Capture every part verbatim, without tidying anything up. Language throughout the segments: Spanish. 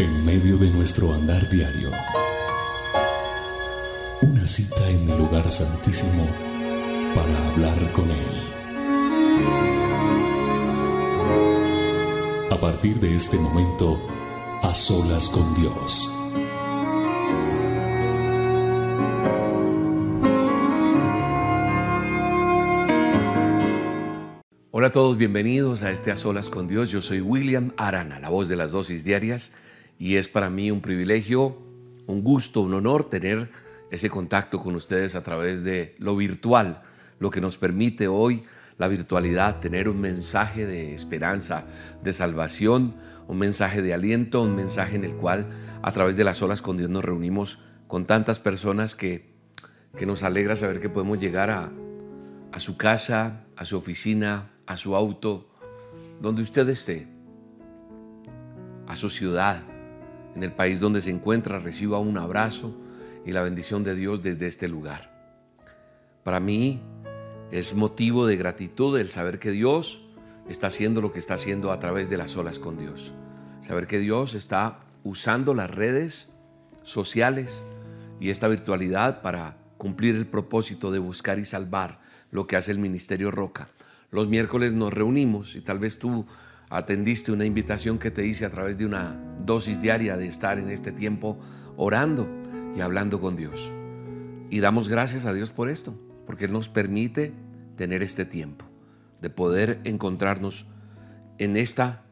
En medio de nuestro andar diario, una cita en el lugar santísimo para hablar con Él. A partir de este momento, a solas con Dios. Hola a todos, bienvenidos a este A Solas con Dios. Yo soy William Arana, la voz de las dosis diarias, y es para mí un privilegio, un gusto, un honor tener ese contacto con ustedes a través de lo virtual, lo que nos permite hoy la virtualidad, tener un mensaje de esperanza, de salvación, un mensaje de aliento, un mensaje en el cual a través de las Solas con Dios nos reunimos con tantas personas que, que nos alegra saber que podemos llegar a, a su casa, a su oficina, a su auto, donde usted esté, a su ciudad, en el país donde se encuentra, reciba un abrazo y la bendición de Dios desde este lugar. Para mí es motivo de gratitud el saber que Dios está haciendo lo que está haciendo a través de las Solas con Dios. Saber que Dios está usando las redes sociales y esta virtualidad para cumplir el propósito de buscar y salvar lo que hace el Ministerio Roca. Los miércoles nos reunimos y tal vez tú atendiste una invitación que te hice a través de una dosis diaria de estar en este tiempo orando y hablando con Dios. Y damos gracias a Dios por esto, porque Él nos permite tener este tiempo de poder encontrarnos en esta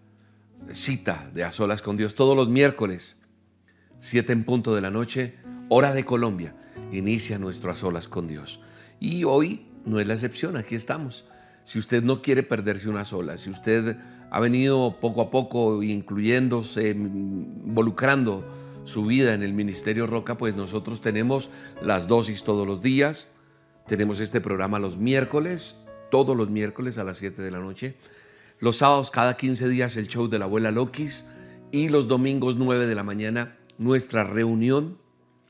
cita de A Solas con Dios todos los miércoles, siete en punto de la noche, hora de Colombia, inicia nuestro A Solas con Dios. Y hoy no es la excepción, aquí estamos. Si usted no quiere perderse una sola, si usted ha venido poco a poco incluyéndose, involucrando su vida en el Ministerio Roca, pues nosotros tenemos las dosis todos los días, tenemos este programa los miércoles, todos los miércoles a las siete de la noche, los sábados cada quince días el show de la abuela Lokis y los domingos nueve de la mañana nuestra reunión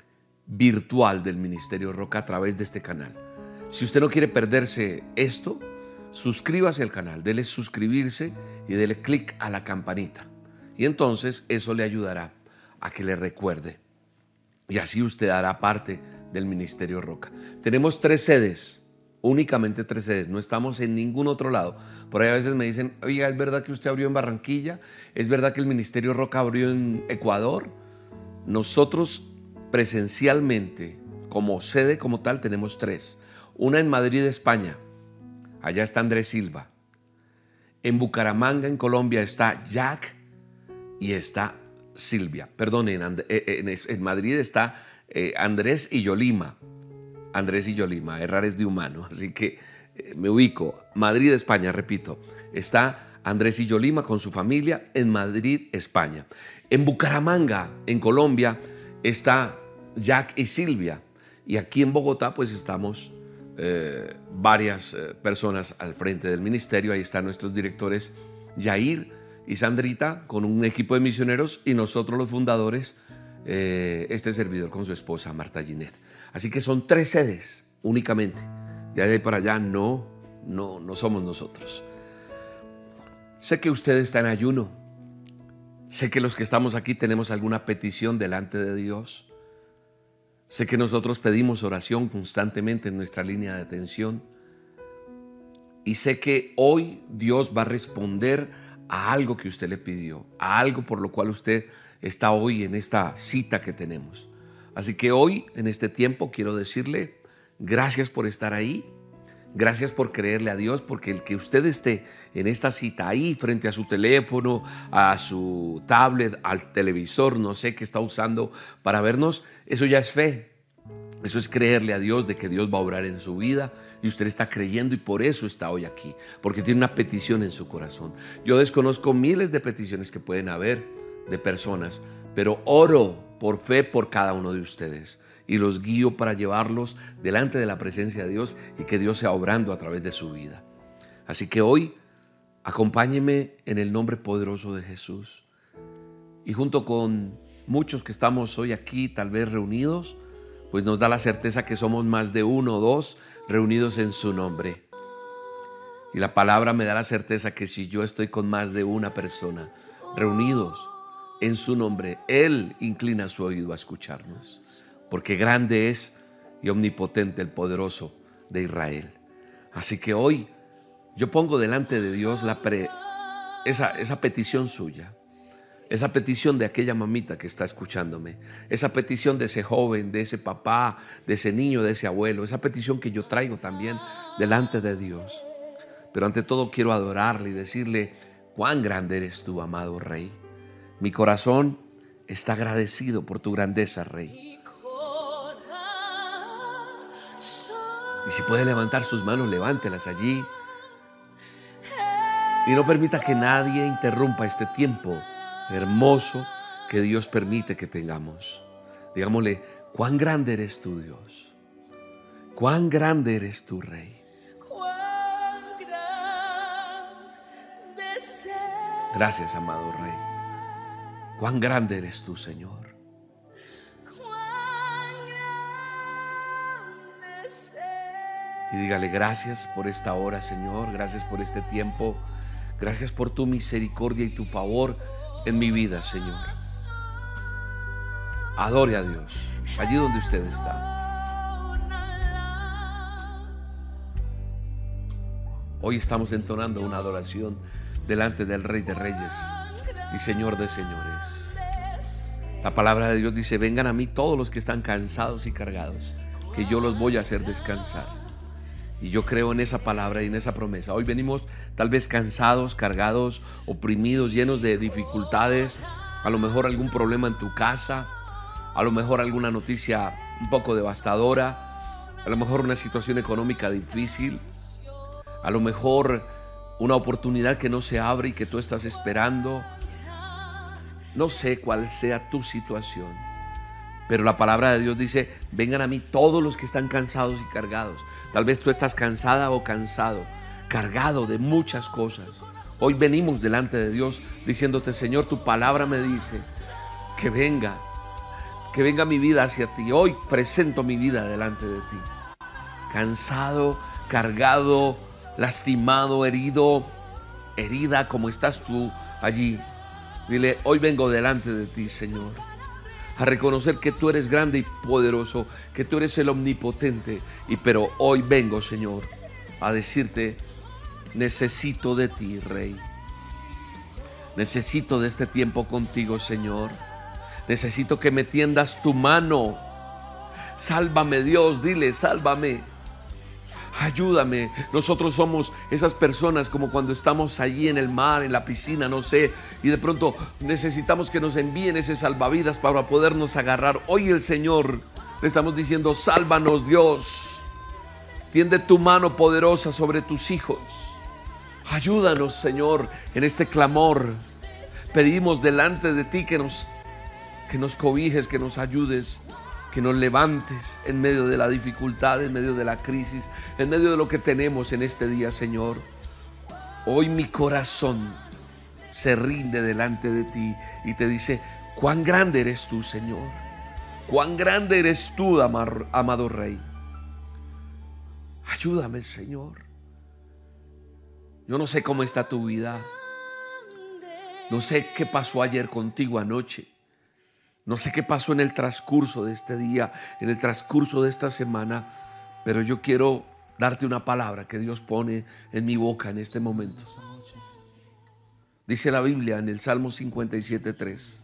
virtual del Ministerio Roca a través de este canal. Si usted no quiere perderse esto, suscríbase al canal, dele suscribirse y dele clic a la campanita. Y entonces eso le ayudará a que le recuerde. Y así usted hará parte del Ministerio Roca. Tenemos tres sedes, únicamente tres sedes, no estamos en ningún otro lado. Por ahí a veces me dicen, oiga, ¿es verdad que usted abrió en Barranquilla? ¿Es verdad que el Ministerio Roca abrió en Ecuador? Nosotros presencialmente, como sede como tal, tenemos tres. Una en Madrid, España. Allá está Andrés Silva. En Bucaramanga, en Colombia, está Jack y está Silvia. Perdón, en, And- en, en Madrid está eh, Andrés y Yolima. Andrés y Yolima, errar es de humano, así que eh, me ubico. Madrid, España, repito. Está Andrés y Yolima con su familia en Madrid, España. En Bucaramanga, en Colombia, está Jack y Silvia. Y aquí en Bogotá, pues estamos Eh, varias eh, personas al frente del ministerio. Ahí están nuestros directores Yair y Sandrita con un equipo de misioneros y nosotros los fundadores, eh, este servidor con su esposa Marta Ginette. Así que son tres sedes únicamente. De ahí para allá no, no, no somos nosotros. Sé que usted está en ayuno. Sé que los que estamos aquí tenemos alguna petición delante de Dios. Sé que nosotros pedimos oración constantemente en nuestra línea de atención y sé que hoy Dios va a responder a algo que usted le pidió, a algo por lo cual usted está hoy en esta cita que tenemos. Así que hoy, en este tiempo, quiero decirle gracias por estar ahí, gracias por creerle a Dios, porque el que usted esté en esta cita ahí frente a su teléfono, a su tablet, al televisor, no sé qué está usando para vernos, eso ya es fe. Eso es creerle a Dios de que Dios va a obrar en su vida y usted está creyendo y por eso está hoy aquí, porque tiene una petición en su corazón. Yo desconozco miles de peticiones que pueden haber de personas, pero oro por fe por cada uno de ustedes y los guío para llevarlos delante de la presencia de Dios y que Dios sea obrando a través de su vida. Así que hoy acompáñeme en el nombre poderoso de Jesús y junto con muchos que estamos hoy aquí tal vez reunidos, pues nos da la certeza que somos más de uno o dos reunidos en su nombre. Y la palabra me da la certeza que si yo estoy con más de una persona reunidos, en su nombre. Él inclina su oído a escucharnos, porque grande es y omnipotente el poderoso de Israel. Así que hoy yo pongo delante de Dios la pre, esa, esa petición suya, esa petición de aquella mamita que está escuchándome, esa petición de ese joven, de ese papá, de ese niño, de ese abuelo, esa petición que yo traigo también delante de Dios. Pero ante todo quiero adorarle y decirle: cuán grande eres tú, amado Rey. Mi corazón está agradecido por tu grandeza, Rey. Y si puede levantar sus manos, levántelas allí. Y no permita que nadie interrumpa este tiempo hermoso que Dios permite que tengamos. Digámosle: cuán grande eres tú, Dios. Cuán grande eres tú, Rey. Gracias, amado Rey. Cuán grande eres tú, Señor. Y dígale: gracias por esta hora, Señor. Gracias por este tiempo. Gracias por tu misericordia y tu favor en mi vida, Señor. Adore a Dios allí donde usted está. Hoy estamos entonando una adoración delante del Rey de Reyes y Señor de Señores. La palabra de Dios dice: vengan a mí todos los que están cansados y cargados, que yo los voy a hacer descansar. Y yo creo en esa palabra y en esa promesa. Hoy venimos tal vez cansados, cargados, oprimidos, llenos de dificultades. A lo mejor algún problema en tu casa, a lo mejor alguna noticia un poco devastadora, a lo mejor una situación económica difícil, a lo mejor una oportunidad que no se abre y que tú estás esperando. No sé cuál sea tu situación, pero la palabra de Dios dice: vengan a mí todos los que están cansados y cargados. Tal vez tú estás cansada o cansado, cargado de muchas cosas. Hoy venimos delante de Dios diciéndote: Señor, tu palabra me dice que venga, que venga mi vida hacia ti. Hoy presento mi vida delante de ti. Cansado, cargado, lastimado, herido, herida, como estás tú allí. Dile: hoy vengo delante de ti, Señor, a reconocer que tú eres grande y poderoso, que tú eres el omnipotente. Y pero hoy vengo, Señor, a decirte: necesito de ti, Rey. Necesito de este tiempo contigo, Señor. Necesito que me tiendas tu mano. Sálvame, Dios, dile: sálvame. Ayúdame. Nosotros somos esas personas como cuando estamos allí en el mar, en la piscina, no sé, y de pronto necesitamos que nos envíen ese salvavidas para podernos agarrar. Hoy el Señor le estamos diciendo: sálvanos, Dios. Tiende tu mano poderosa sobre tus hijos. Ayúdanos, Señor, en este clamor. Pedimos delante de ti que nos, que nos cobijes, que nos ayudes, que nos levantes en medio de la dificultad, en medio de la crisis, en medio de lo que tenemos en este día, Señor. Hoy mi corazón se rinde delante de ti y te dice: cuán grande eres tú, Señor. Cuán grande eres tú, amado Rey. Ayúdame, Señor. Yo no sé cómo está tu vida. No sé qué pasó ayer contigo anoche. No sé qué pasó en el transcurso de este día, en el transcurso de esta semana, pero yo quiero darte una palabra que Dios pone en mi boca en este momento. Dice la Biblia en el Salmo cincuenta y siete, tres,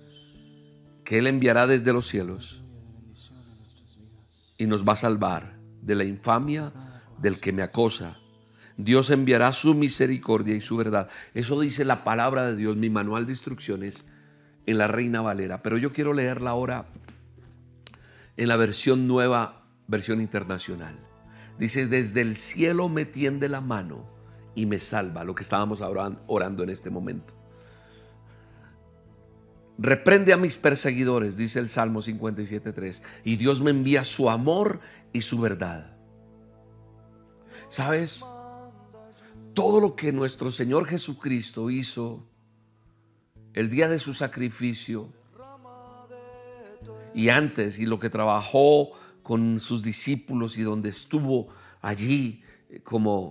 que Él enviará desde los cielos y nos va a salvar de la infamia del que me acosa. Dios enviará su misericordia y su verdad. Eso dice la palabra de Dios, mi manual de instrucciones, en la Reina Valera, pero yo quiero leerla ahora en la versión nueva, versión internacional. Dice: desde el cielo me tiende la mano y me salva. Lo que estábamos orando en este momento. Reprende a mis perseguidores, dice el Salmo cincuenta y siete, tres, y Dios me envía su amor y su verdad. ¿Sabes? Todo lo que nuestro Señor Jesucristo hizo el día de su sacrificio y antes, y lo que trabajó con sus discípulos y donde estuvo allí como,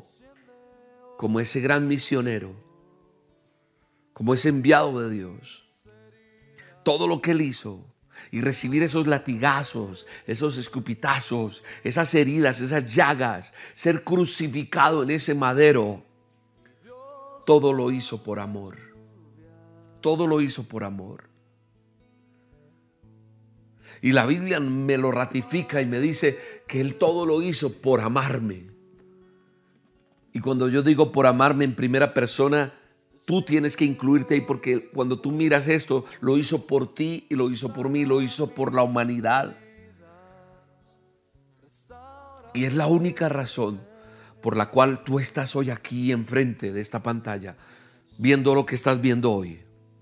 como ese gran misionero, como ese enviado de Dios, todo lo que Él hizo y recibir esos latigazos, esos escupitazos, esas heridas, esas llagas, ser crucificado en ese madero, todo lo hizo por amor. Todo lo hizo por amor. Y la Biblia me lo ratifica y me dice que Él todo lo hizo por amarme. Y cuando yo digo por amarme en primera persona, tú tienes que incluirte ahí, porque cuando tú miras esto, lo hizo por ti y lo hizo por mí, lo hizo por la humanidad. Y es la única razón por la cual tú estás hoy aquí enfrente de esta pantalla, viendo lo que estás viendo hoy.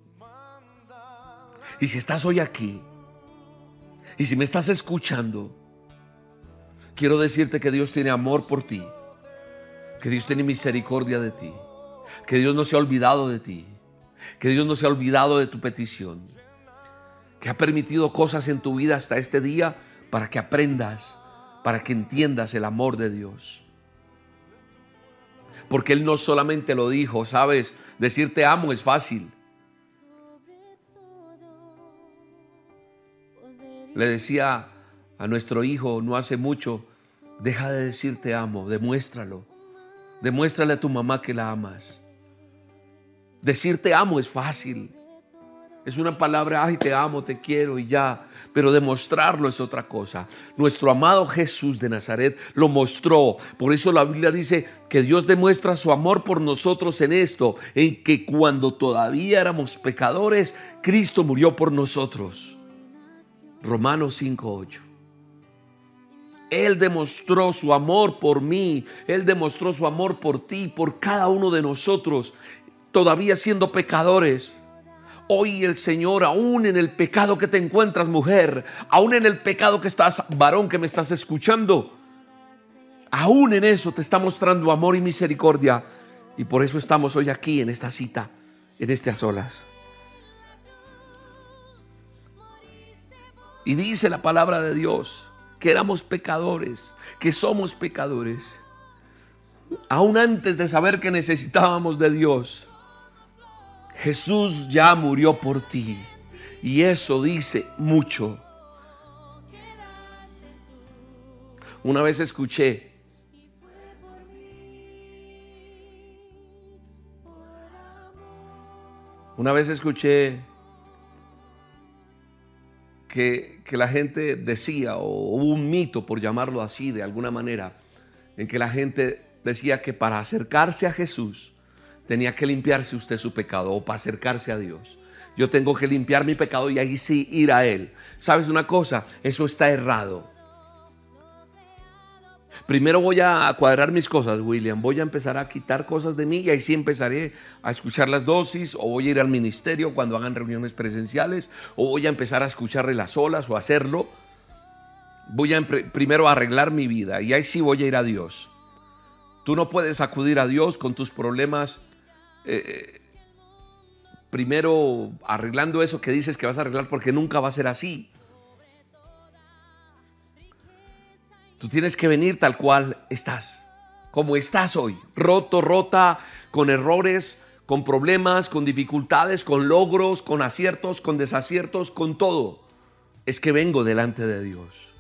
Y si estás hoy aquí, y si me estás escuchando, quiero decirte que Dios tiene amor por ti, que Dios tiene misericordia de ti, que Dios no se ha olvidado de ti, que Dios no se ha olvidado de tu petición, que ha permitido cosas en tu vida hasta este día para que aprendas, para que entiendas el amor de Dios. Porque Él no solamente lo dijo, ¿sabes? Decir te amo es fácil. Le decía a nuestro hijo no hace mucho, deja de decir te amo, demuéstralo. Demuéstrale a tu mamá que la amas. Decir te amo es fácil. Es una palabra, ay, te amo, te quiero y ya. Pero demostrarlo es otra cosa. Nuestro amado Jesús de Nazaret lo mostró. Por eso la Biblia dice que Dios demuestra su amor por nosotros en esto, en que cuando todavía éramos pecadores, Cristo murió por nosotros. Romanos cinco ocho. Él demostró su amor por mí. Él demostró su amor por ti, por cada uno de nosotros, todavía siendo pecadores. Hoy el Señor, aún en el pecado que te encuentras, mujer, aún en el pecado que estás, varón que me estás escuchando, aún en eso te está mostrando amor y misericordia. Y por eso estamos hoy aquí en esta cita, en estas solas. Y dice la palabra de Dios que éramos pecadores, que somos pecadores. Aún antes de saber que necesitábamos de Dios, Jesús ya murió por ti. Y eso dice mucho. Una vez escuché Una vez escuché que, que la gente decía, o hubo un mito, por llamarlo así de alguna manera, en que la gente decía que para acercarse a Jesús tenía que limpiarse usted su pecado, o para acercarse a Dios yo tengo que limpiar mi pecado y ahí sí ir a Él. ¿Sabes una cosa? Eso está errado. Primero voy a cuadrar mis cosas, William. Voy a empezar a quitar cosas de mí y ahí sí empezaré a escuchar las dosis, o voy a ir al ministerio cuando hagan reuniones presenciales, o voy a empezar a escucharle las olas o hacerlo. Voy a primero a arreglar mi vida y ahí sí voy a ir a Dios. Tú no puedes acudir a Dios con tus problemas eh, primero arreglando eso que dices que vas a arreglar, porque nunca va a ser así. Tú tienes que venir tal cual estás, como estás hoy, roto, rota, con errores, con problemas, con dificultades, con logros, con aciertos, con desaciertos, con todo. Es que vengo delante de Dios.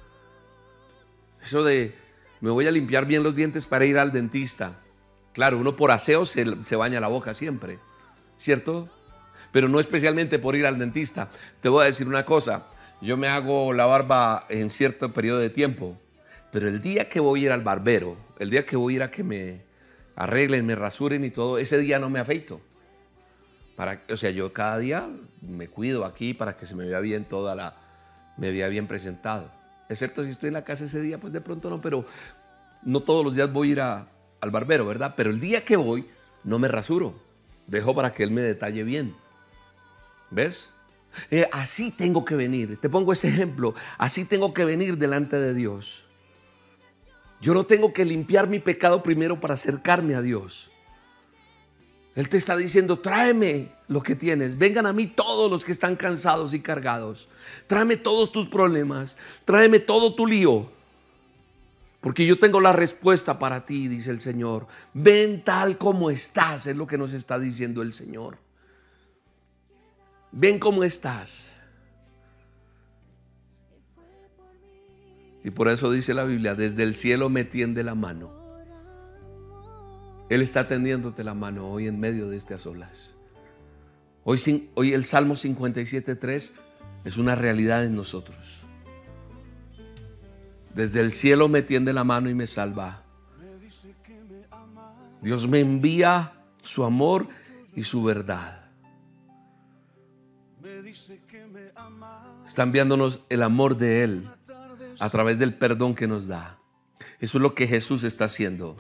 Eso de me voy a limpiar bien los dientes para ir al dentista. Claro, uno por aseo se, se baña la boca siempre, ¿cierto? Pero no especialmente por ir al dentista. Te voy a decir una cosa, yo me hago la barba en cierto periodo de tiempo. Pero el día que voy a ir al barbero, el día que voy a ir a que me arreglen, me rasuren y todo, ese día no me afeito. Para, o sea, yo cada día me cuido aquí para que se me vea bien toda la, me vea bien presentado. Excepto si estoy en la casa ese día, pues de pronto no, pero no todos los días voy a ir a, al barbero, ¿verdad? Pero el día que voy, no me rasuro. Dejo para que él me detalle bien. ¿Ves? Eh, así tengo que venir. Te pongo ese ejemplo. Así tengo que venir delante de Dios. Yo no tengo que limpiar mi pecado primero para acercarme a Dios. Él te está diciendo, tráeme lo que tienes. Vengan a mí todos los que están cansados y cargados. Tráeme todos tus problemas. Tráeme todo tu lío. Porque yo tengo la respuesta para ti, dice el Señor. Ven tal como estás, es lo que nos está diciendo el Señor. ven cómo estás. Y por eso dice la Biblia, desde el cielo me tiende la mano. Él está tendiéndote la mano hoy en medio de este a solas. Hoy, hoy el Salmo cincuenta y siete, tres es una realidad en nosotros. Desde el cielo me tiende la mano y me salva. Dios me envía su amor y su verdad. Está enviándonos el amor de Él a través del perdón que nos da. Eso es lo que Jesús está haciendo.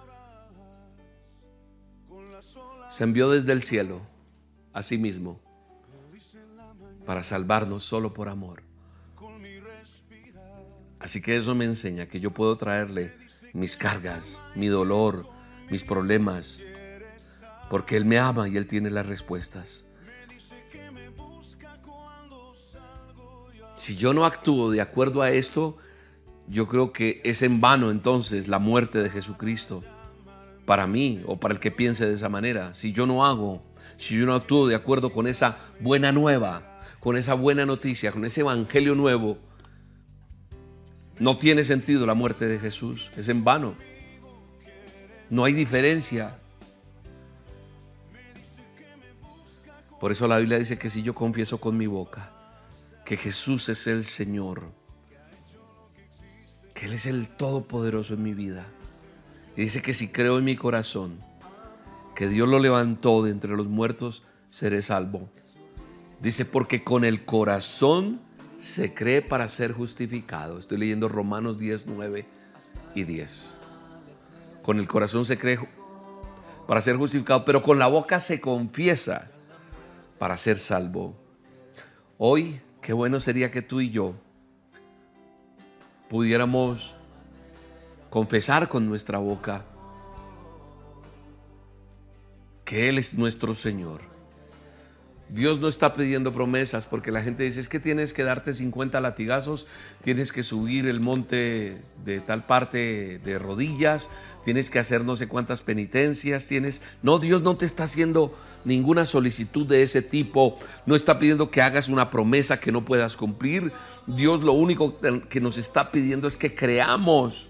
Se envió desde el cielo a sí mismo para salvarnos solo por amor. Así que eso me enseña que yo puedo traerle mis cargas, mi dolor, mis problemas, porque Él me ama y Él tiene las respuestas. Si yo no actúo de acuerdo a esto, yo creo que es en vano entonces la muerte de Jesucristo para mí o para el que piense de esa manera. Si yo no hago, si yo no actúo de acuerdo con esa buena nueva, con esa buena noticia, con ese evangelio nuevo, no tiene sentido la muerte de Jesús, es en vano. No hay diferencia. Por eso la Biblia dice que si yo confieso con mi boca que Jesús es el Señor, que Él es el Todopoderoso en mi vida, y dice que si creo en mi corazón que Dios lo levantó de entre los muertos, seré salvo. Dice, porque con el corazón se cree para ser justificado. Estoy leyendo Romanos diez, nueve y diez. Con el corazón se cree para ser justificado, pero con la boca se confiesa para ser salvo. Hoy, qué bueno sería que tú y yo pudiéramos confesar con nuestra boca que Él es nuestro Señor. Dios no está pidiendo promesas, porque la gente dice, es que tienes que darte cincuenta latigazos, tienes que subir el monte de tal parte de rodillas, tienes que hacer no sé cuántas penitencias, tienes... No, Dios no te está haciendo ninguna solicitud de ese tipo, no está pidiendo que hagas una promesa que no puedas cumplir. Dios lo único que nos está pidiendo es que creamos,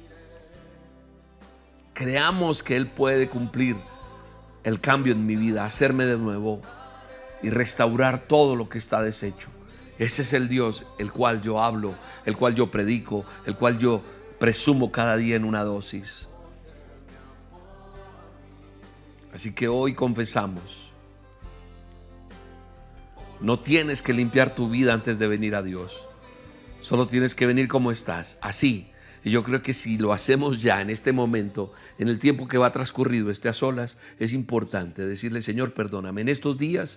creamos que Él puede cumplir el cambio en mi vida, hacerme de nuevo y restaurar todo lo que está deshecho. Ese es el Dios el cual yo hablo, el cual yo predico, el cual yo presumo cada día en una dosis. Así que hoy confesamos. No tienes que limpiar tu vida antes de venir a Dios. Solo tienes que venir como estás, así. Y yo creo que si lo hacemos ya en este momento, en el tiempo que va transcurrido, esté a solas, es importante decirle, Señor, perdóname en estos días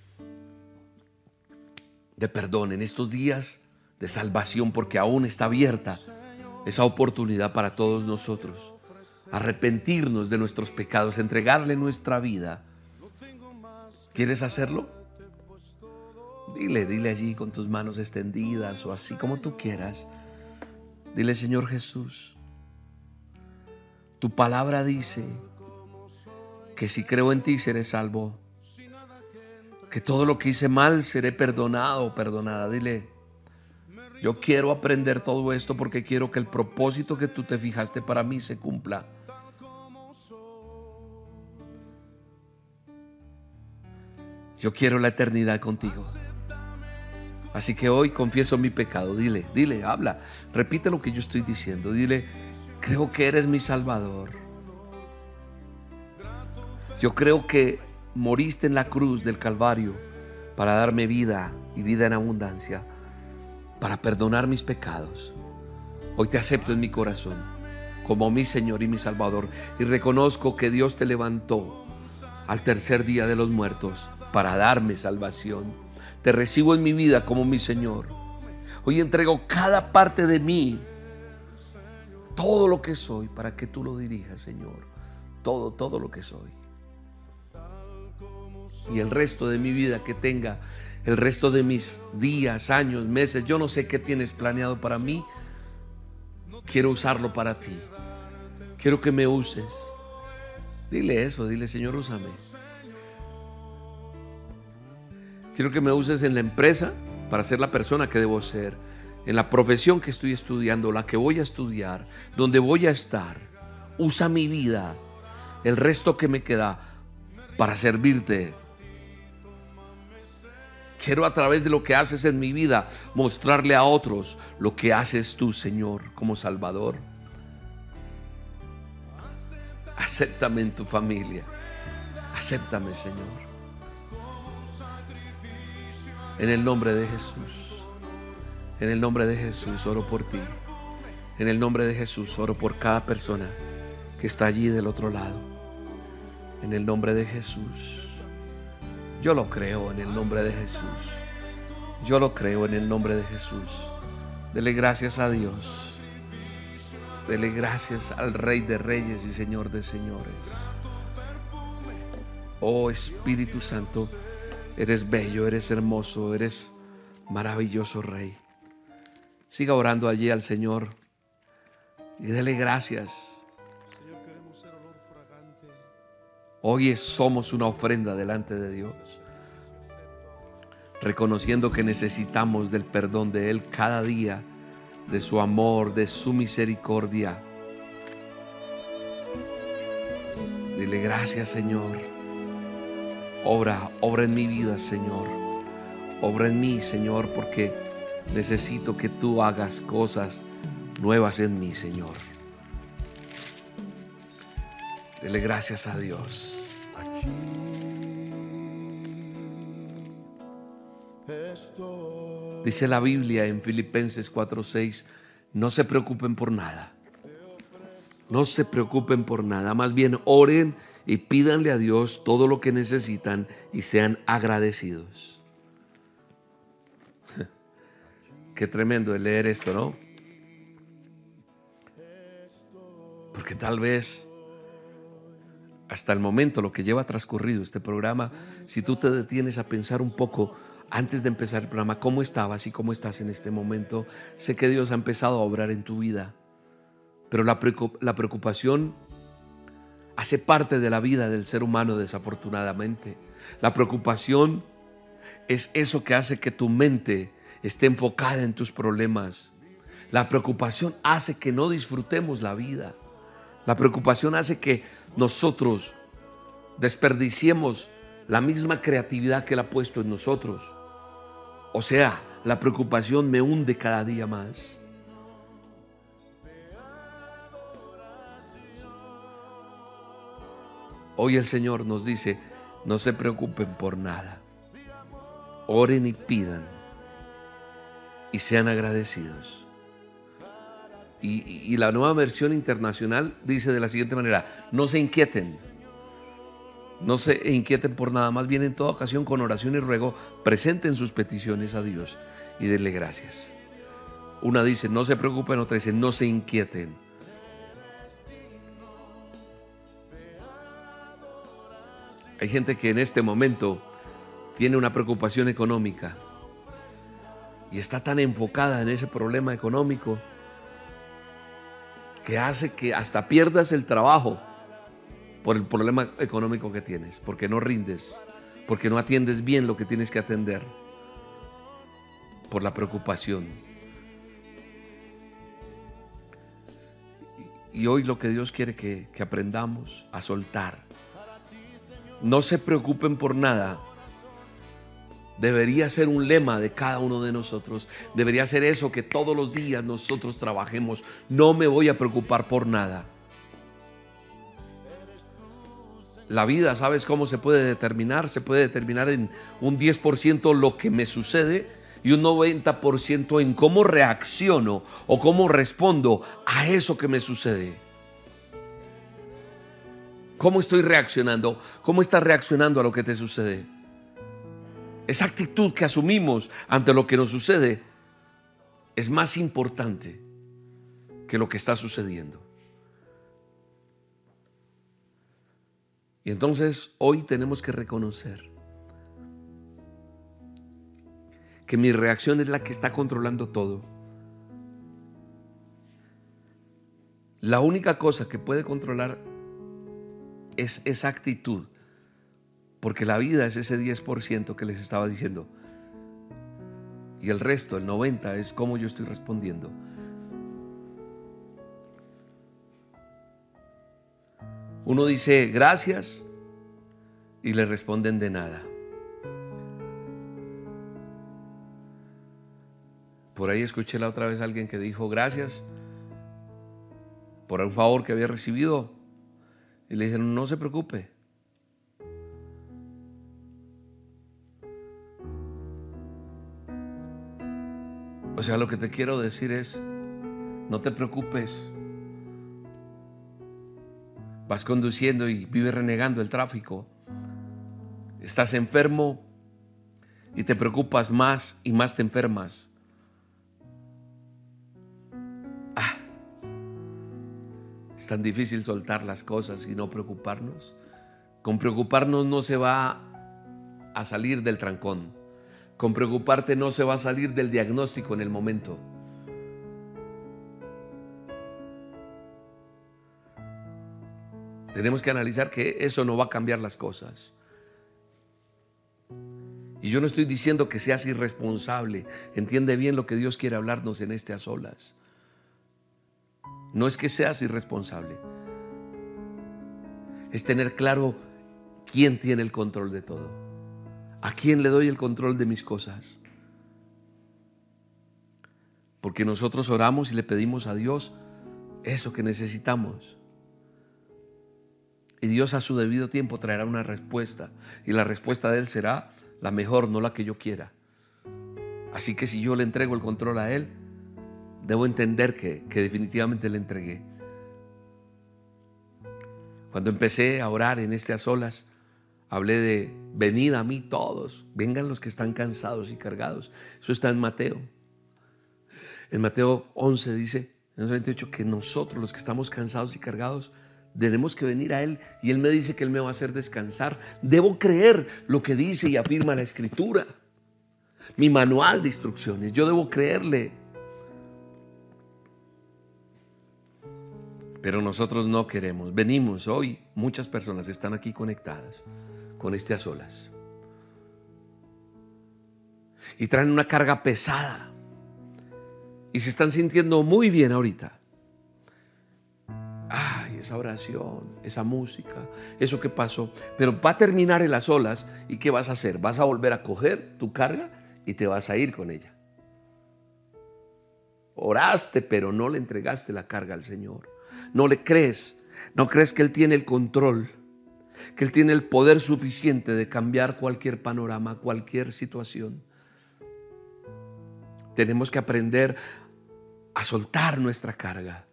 de perdón, en estos días de salvación, porque aún está abierta esa oportunidad para todos nosotros. Arrepentirnos de nuestros pecados, entregarle nuestra vida. ¿Quieres hacerlo? Dile, dile allí con tus manos extendidas o así como tú quieras. Dile, Señor Jesús, tu palabra dice que si creo en ti seré salvo, que todo lo que hice mal seré perdonado o perdonada. Dile, yo quiero aprender todo esto porque quiero que el propósito que tú te fijaste para mí se cumpla. Yo quiero la eternidad contigo. Así que hoy confieso mi pecado. Dile, dile, habla, repite lo que yo estoy diciendo. Dile, creo que eres mi Salvador. Yo creo que moriste en la cruz del Calvario para darme vida y vida en abundancia, para perdonar mis pecados. Hoy te acepto en mi corazón como mi Señor y mi Salvador y reconozco que Dios te levantó al tercer día de los muertos para darme salvación. Te recibo en mi vida como mi Señor. Hoy entrego cada parte de mí, todo lo que soy, para que tú lo dirijas, Señor. Todo, todo lo que soy. Y el resto de mi vida que tenga, el resto de mis días, años, meses, yo no sé qué tienes planeado para mí. Quiero usarlo para ti. Quiero que me uses. Dile eso, dile, Señor, úsame. Quiero que me uses en la empresa para ser la persona que debo ser, en la profesión que estoy estudiando, la que voy a estudiar, donde voy a estar. Usa mi vida, el resto que me queda, para servirte. Quiero, a través de lo que haces en mi vida, mostrarle a otros lo que haces tú, Señor, como Salvador. Acéptame en tu familia. Acéptame, Señor. En el nombre de Jesús. En el nombre de Jesús oro por ti. En el nombre de Jesús oro por cada persona que está allí del otro lado. En el nombre de Jesús. Yo lo creo en el nombre de Jesús. Yo lo creo en el nombre de Jesús. Dele gracias a Dios. Dele gracias al Rey de Reyes y Señor de Señores. Oh Espíritu Santo, eres bello, eres hermoso, eres maravilloso Rey. Siga orando allí al Señor y dele gracias. Hoy somos una ofrenda delante de Dios, reconociendo que necesitamos del perdón de Él cada día, de su amor, de su misericordia. Dile gracias, Señor. Obra, obra en mi vida, Señor. Obra en mí, Señor, porque necesito que tú hagas cosas nuevas en mí, Señor. Dele gracias a Dios. Dice la Biblia en Filipenses cuatro seis, no se preocupen por nada. No se preocupen por nada. Más bien oren y pídanle a Dios todo lo que necesitan y sean agradecidos. Qué tremendo el leer esto, ¿no? Porque tal vez hasta el momento, lo que lleva transcurrido este programa, si tú te detienes a pensar un poco antes de empezar el programa, cómo estabas y cómo estás en este momento, sé que Dios ha empezado a obrar en tu vida, pero la preocupación hace parte de la vida del ser humano, desafortunadamente. La preocupación es eso que hace que tu mente esté enfocada en tus problemas. La preocupación hace que no disfrutemos la vida. La preocupación hace que nosotros desperdiciemos la misma creatividad que Él ha puesto en nosotros. O sea, la preocupación me hunde cada día más. Hoy el Señor nos dice, no se preocupen por nada. Oren y pidan y sean agradecidos. Y, y la nueva versión internacional dice de la siguiente manera, no se inquieten. No se inquieten por nada, más bien en toda ocasión con oración y ruego presenten sus peticiones a Dios y denle gracias. Una dice, no se preocupen, otra dice, no se inquieten. Hay gente que en este momento tiene una preocupación económica y está tan enfocada en ese problema económico que hace que hasta pierdas el trabajo por el problema económico que tienes, porque no rindes, porque no atiendes bien lo que tienes que atender, por la preocupación. Y hoy lo que Dios quiere que, que aprendamos a soltar. No se preocupen por nada. Debería ser un lema de cada uno de nosotros. Debería ser eso que todos los días nosotros trabajemos. No me voy a preocupar por nada. La vida, ¿sabes cómo se puede determinar? Se puede determinar en un diez por ciento lo que me sucede y un noventa por ciento en cómo reacciono o cómo respondo a eso que me sucede. ¿Cómo estoy reaccionando? ¿Cómo estás reaccionando a lo que te sucede? Esa actitud que asumimos ante lo que nos sucede es más importante que lo que está sucediendo. Y entonces hoy tenemos que reconocer que mi reacción es la que está controlando todo. La única cosa que puede controlar es esa actitud Porque la vida es ese diez por ciento que les estaba diciendo. Y el resto, el noventa por ciento, es cómo yo estoy respondiendo. Uno dice gracias y le responden de nada. Por ahí escuché la otra vez a alguien que dijo gracias por un favor que había recibido. Y le dijeron, no se preocupe. O sea, lo que te quiero decir es, no te preocupes. Vas conduciendo y vives renegando el tráfico. Estás enfermo y te preocupas más y más te enfermas. Ah, es tan difícil soltar las cosas y no preocuparnos. Con preocuparnos no se va a salir del trancón. Con preocuparte no se va a salir del diagnóstico en el momento. Tenemos que analizar que eso no va a cambiar las cosas. Y yo no estoy diciendo que seas irresponsable. Entiende bien lo que Dios quiere hablarnos en este a solas. No es que seas irresponsable. Es tener claro quién tiene el control de todo. ¿A quién le doy el control de mis cosas? Porque nosotros oramos y le pedimos a Dios eso que necesitamos. Y Dios a su debido tiempo traerá una respuesta. Y la respuesta de Él será la mejor, no la que yo quiera. Así que si yo le entrego el control a Él, debo entender que, que definitivamente le entregué. Cuando empecé a orar en este a solas, hablé de venid a mí todos, vengan los que están cansados y cargados. Eso está en Mateo. En Mateo once dice, en el veintiocho, que nosotros los que estamos cansados y cargados tenemos que venir a Él, y Él me dice que Él me va a hacer descansar. Debo creer lo que dice y afirma la Escritura, mi manual de instrucciones. Yo debo creerle. Pero nosotros no queremos. Venimos hoy, muchas personas están aquí conectadas con este a solas y traen una carga pesada y se están sintiendo muy bien ahorita. Ay, esa oración, esa música, eso que pasó. Pero va a terminar el a solas, ¿y qué vas a hacer? Vas a volver a coger tu carga y te vas a ir con ella. Oraste, pero no le entregaste la carga al Señor. No le crees, no crees que Él tiene el control, que Él tiene el poder suficiente de cambiar cualquier panorama, cualquier situación. Tenemos que aprender a soltar nuestra carga.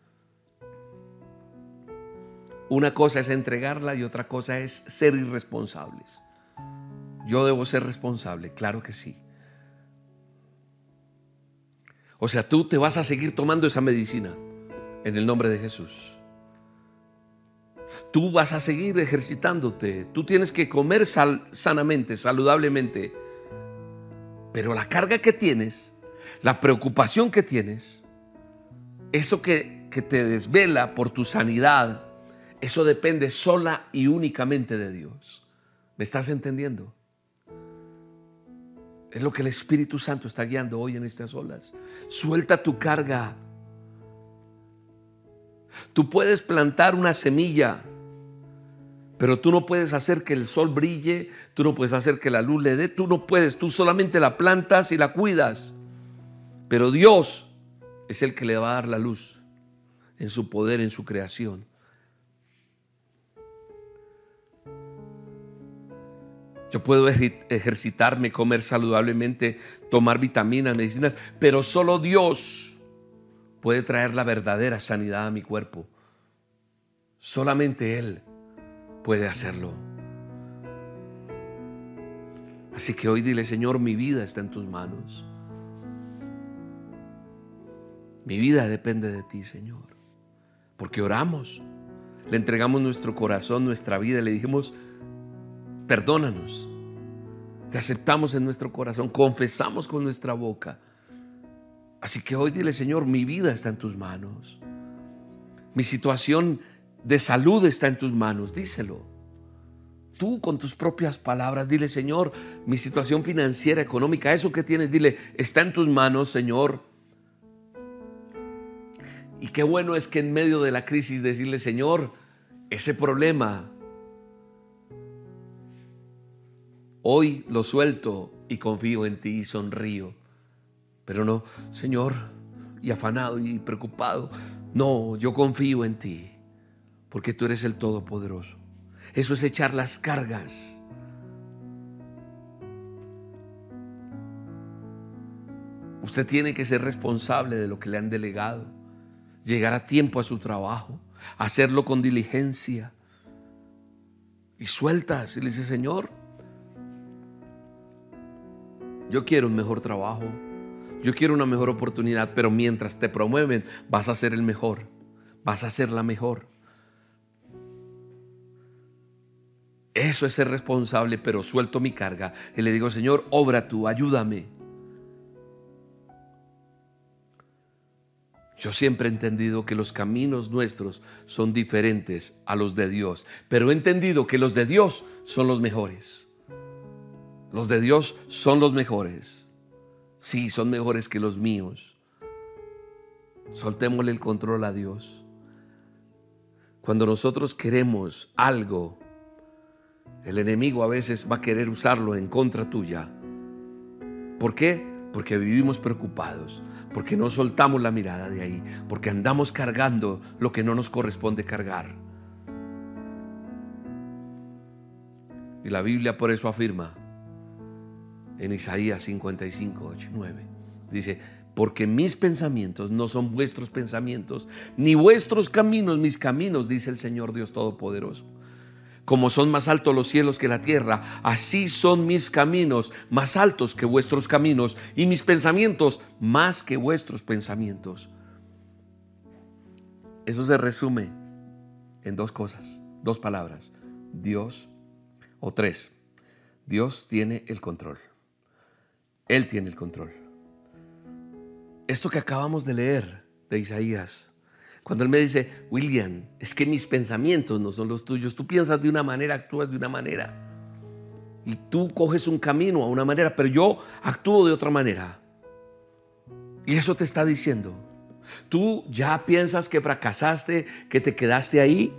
Una cosa es entregarla y otra cosa es ser irresponsables. Yo debo ser responsable, claro que sí. O sea, tú te vas a seguir tomando esa medicina en el nombre de Jesús. Tú vas a seguir ejercitándote. Tú tienes que comer sal, sanamente, saludablemente. Pero la carga que tienes, la preocupación que tienes, eso que, que te desvela por tu sanidad, eso depende sola y únicamente de Dios. ¿Me estás entendiendo? Es lo que el Espíritu Santo está guiando hoy en estas olas. Suelta tu carga. Tú puedes plantar una semilla, pero tú no puedes hacer que el sol brille, tú no puedes hacer que la luz le dé, tú no puedes, tú solamente la plantas y la cuidas. Pero Dios es el que le va a dar la luz en su poder, en su creación. Yo puedo ejercitarme, comer saludablemente, tomar vitaminas, medicinas, pero solo Dios puede traer la verdadera sanidad a mi cuerpo. Solamente Él puede hacerlo. Así que hoy dile, Señor, mi vida está en tus manos. Mi vida depende de ti, Señor. Porque oramos, le entregamos nuestro corazón, nuestra vida, y le dijimos, perdónanos. Te aceptamos en nuestro corazón, confesamos con nuestra boca. Así que hoy dile, Señor, mi vida está en tus manos. Mi situación de salud está en tus manos, díselo. tú con tus propias palabras, dile: Señor, mi situación financiera, económica, eso que tienes, dile, está en tus manos, Señor. Y qué bueno es que en medio de la crisis decirle: Señor, ese problema hoy lo suelto y confío en ti y sonrío. Pero no, Señor, y afanado y preocupado, no, yo confío en ti, porque tú eres el Todopoderoso. Eso es echar las cargas. Usted tiene que ser responsable de lo que le han delegado, llegar a tiempo a su trabajo, hacerlo con diligencia. Y sueltas y le dices: Señor, yo quiero un mejor trabajo, yo quiero una mejor oportunidad, pero mientras te promueven vas a ser el mejor, vas a ser la mejor. Eso es ser responsable, pero suelto mi carga y le digo: Señor, obra tú, ayúdame. Yo siempre he entendido que los caminos nuestros son diferentes a los de Dios, pero he entendido que los de Dios son los mejores. Los de Dios son los mejores. Sí, son mejores que los míos. Soltémosle el control a Dios. Cuando nosotros queremos algo, el enemigo a veces va a querer usarlo en contra tuya. ¿Por qué? Porque vivimos preocupados, porque no soltamos la mirada de ahí, porque andamos cargando lo que no nos corresponde cargar. Y la Biblia por eso afirma en Isaías cincuenta y cinco, ocho y nueve, dice: porque mis pensamientos no son vuestros pensamientos, ni vuestros caminos mis caminos, dice el Señor Dios Todopoderoso. Como son más altos los cielos que la tierra, así son mis caminos más altos que vuestros caminos, y mis pensamientos más que vuestros pensamientos. Eso se resume en dos cosas, dos palabras: Dios, o tres. Dios tiene el control. Él tiene el control. Esto que acabamos de leer de Isaías, cuando él me dice: William, es que mis pensamientos no son los tuyos. Tú piensas de una manera, actúas de una manera. Y tú coges un camino a una manera, pero yo actúo de otra manera. Y eso te está diciendo: tú ya piensas que fracasaste, que te quedaste ahí.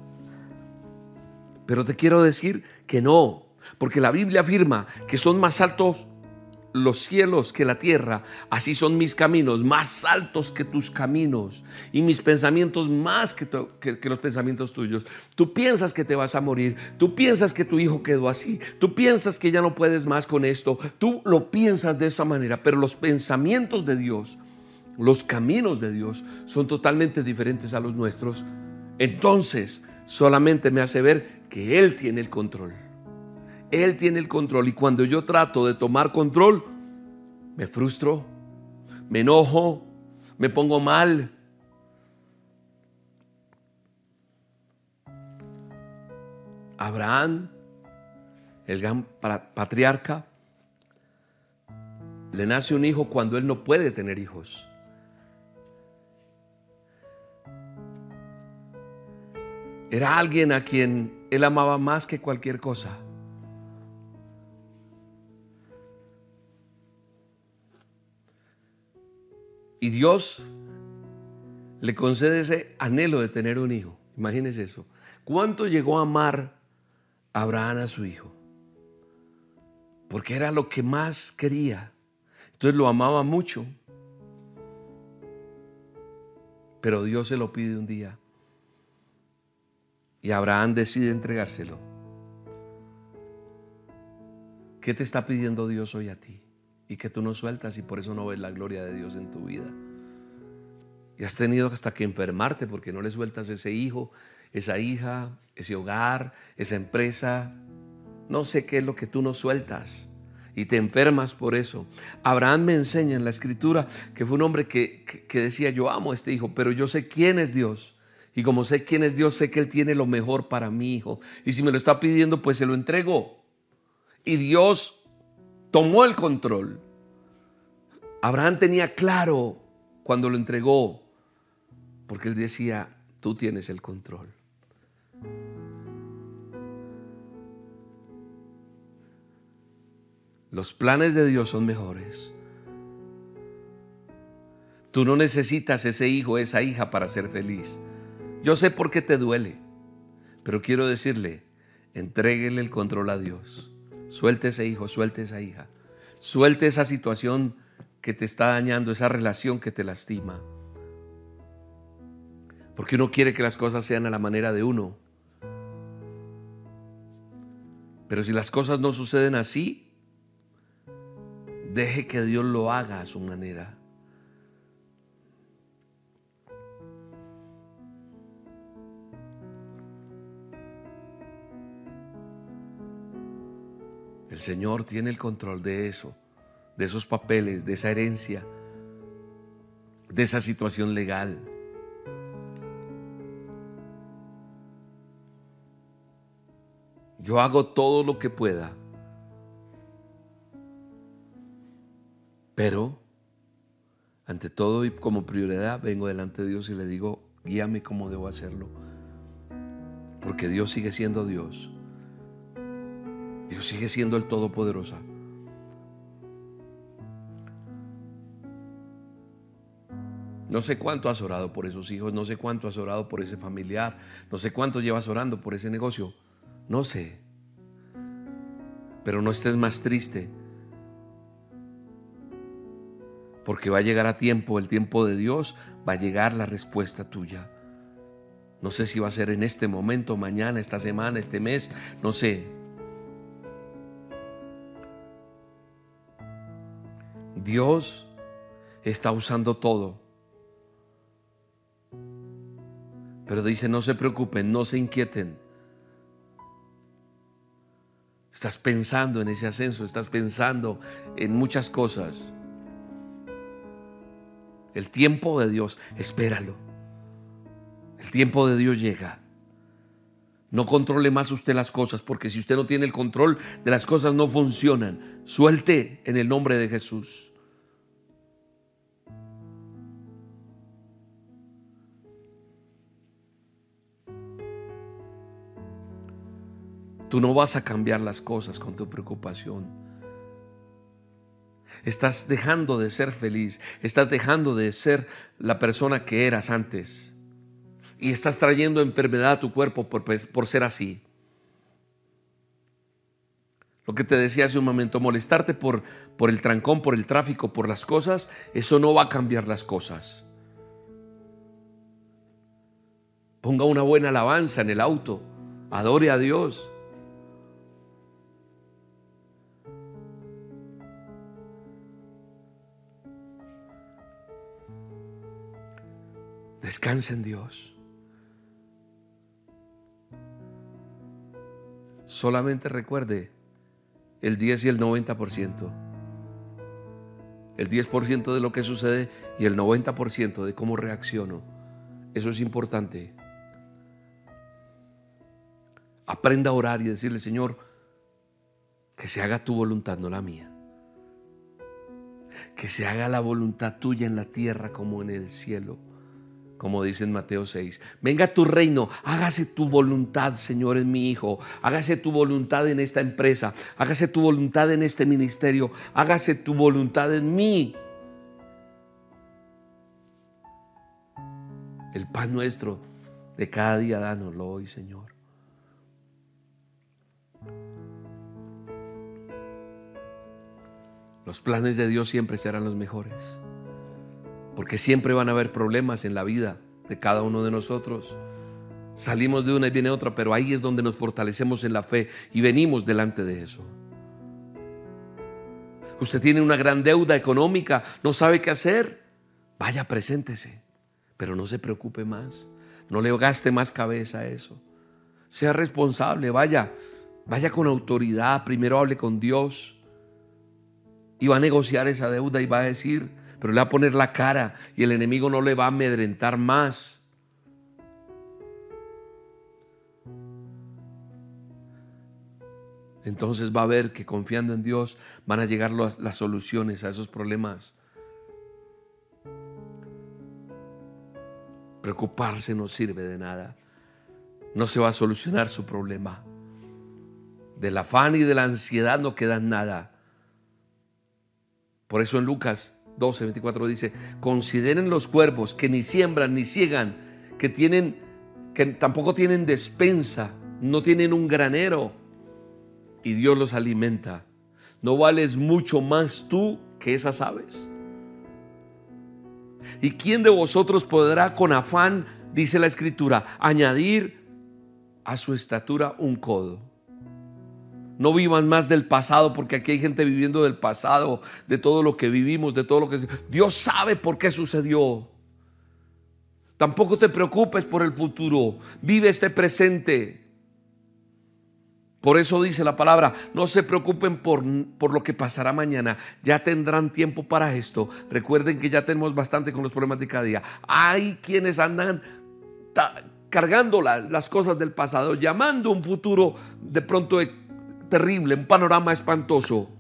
Pero te quiero decir que no, porque la Biblia afirma que son más altos los cielos que la tierra, así son mis caminos, más altos que tus caminos, y mis pensamientos más que, tu, que, que los pensamientos tuyos. Tú piensas que te vas a morir, tú piensas que tu hijo quedó así, tú piensas que ya no puedes más con esto, tú lo piensas de esa manera, pero los pensamientos de Dios, los caminos de Dios son totalmente diferentes a los nuestros. Entonces solamente me hace ver que Él tiene el control. Él tiene el control, y cuando yo trato de tomar control, me frustro, me enojo, me pongo mal. Abraham, el gran patriarca, le nace un hijo cuando él no puede tener hijos. Era alguien a quien él amaba más que cualquier cosa. Y Dios le concede ese anhelo de tener un hijo. Imagínense eso. ¿Cuánto llegó a amar Abraham a su hijo? Porque era lo que más quería. Entonces lo amaba mucho. Pero Dios se lo pide un día. Y Abraham decide entregárselo. ¿Qué te está pidiendo Dios hoy a ti? Y que tú no sueltas, y por eso no ves la gloria de Dios en tu vida. Y has tenido hasta que enfermarte porque no le sueltas ese hijo, esa hija, ese hogar, esa empresa. No sé qué es lo que tú no sueltas y te enfermas por eso. Abraham me enseña en la escritura que fue un hombre que, que, que decía: yo amo a este hijo, pero yo sé quién es Dios. Y como sé quién es Dios, sé que Él tiene lo mejor para mi hijo. Y si me lo está pidiendo, pues se lo entrego. Y Dios tomó el control. Abraham tenía claro cuando lo entregó, porque él decía: tú tienes el control. Los planes de Dios son mejores. Tú no necesitas ese hijo, esa hija para ser feliz. Yo sé por qué te duele, pero quiero decirle, entréguele el control a Dios. Suelte ese hijo, suelte esa hija. Suelte esa situación que te está dañando, esa relación que te lastima. Porque uno quiere que las cosas sean a la manera de uno. Pero si las cosas no suceden así, deje que Dios lo haga a su manera. El Señor tiene el control de eso, de esos papeles, de esa herencia, de esa situación legal. Yo hago todo lo que pueda, pero ante todo y como prioridad vengo delante de Dios y le digo, guíame cómo debo hacerlo, porque Dios sigue siendo Dios. Dios sigue siendo el Todopoderoso. No sé cuánto has orado por esos hijos, no sé cuánto has orado por ese familiar, no sé cuánto llevas orando por ese negocio, no sé. Pero no estés más triste, porque va a llegar a tiempo, el tiempo de Dios, va a llegar la respuesta tuya. No sé si va a ser en este momento, mañana, esta semana, este mes, no sé. Dios está usando todo. Pero dice, no se preocupen, no se inquieten. Estás pensando en ese ascenso, estás pensando en muchas cosas. El tiempo de Dios, espéralo. El tiempo de Dios llega. No controle más usted las cosas, porque si usted no tiene el control de las cosas, no funcionan. Suelte en el nombre de Jesús. Tú no vas a cambiar las cosas con tu preocupación. Estás dejando de ser feliz. Estás dejando de ser la persona que eras antes. Y estás trayendo enfermedad a tu cuerpo por, por ser así. Lo que te decía hace un momento, molestarte por, por el trancón, por el tráfico, por las cosas, eso no va a cambiar las cosas. Ponga una buena alabanza en el auto. Adore a Dios. Descansa en Dios. Solamente recuerde el diez y el noventa por ciento. El diez por ciento de lo que sucede y el noventa por ciento de cómo reacciono. Eso es importante. Aprenda a orar y decirle, Señor, que se haga tu voluntad, no la mía. Que se haga la voluntad tuya en la tierra como en el cielo. Como dice en Mateo seis, venga tu reino, hágase tu voluntad, Señor, en mi hijo, hágase tu voluntad en esta empresa, hágase tu voluntad en este ministerio, hágase tu voluntad en mí. El pan nuestro de cada día, dánoslo hoy, Señor. Los planes de Dios siempre serán los mejores. Porque siempre van a haber problemas en la vida de cada uno de nosotros. Salimos de una y viene otra, pero ahí es donde nos fortalecemos en la fe y venimos delante de eso. Usted tiene una gran deuda económica, no sabe qué hacer. Vaya, preséntese, pero no se preocupe más. No le gaste más cabeza a eso. Sea responsable, vaya, vaya con autoridad. Primero hable con Dios y va a negociar esa deuda y va a decir, pero le va a poner la cara y el enemigo no le va a amedrentar más. Entonces va a ver que confiando en Dios van a llegar las, las soluciones a esos problemas. Preocuparse no sirve de nada. No se va a solucionar su problema. Del afán y de la ansiedad no queda nada. Por eso en Lucas doce, veinticuatro dice: consideren los cuervos que ni siembran ni ciegan, que tienen, que tampoco tienen despensa, no tienen un granero, y Dios los alimenta. ¿No vales mucho más tú que esas aves? ¿Y quién de vosotros podrá con afán, dice la Escritura, añadir a su estatura un codo? No vivan más del pasado, porque aquí hay gente viviendo del pasado, de todo lo que vivimos, de todo lo que... Dios sabe por qué sucedió. Tampoco te preocupes por el futuro, vive este presente. Por eso dice la palabra: no se preocupen por, por lo que pasará mañana, ya tendrán tiempo para esto. Recuerden que ya tenemos bastante con los problemas de cada día. Hay quienes andan ta, cargando la, las cosas del pasado, llamando un futuro de pronto terrible, un panorama espantoso.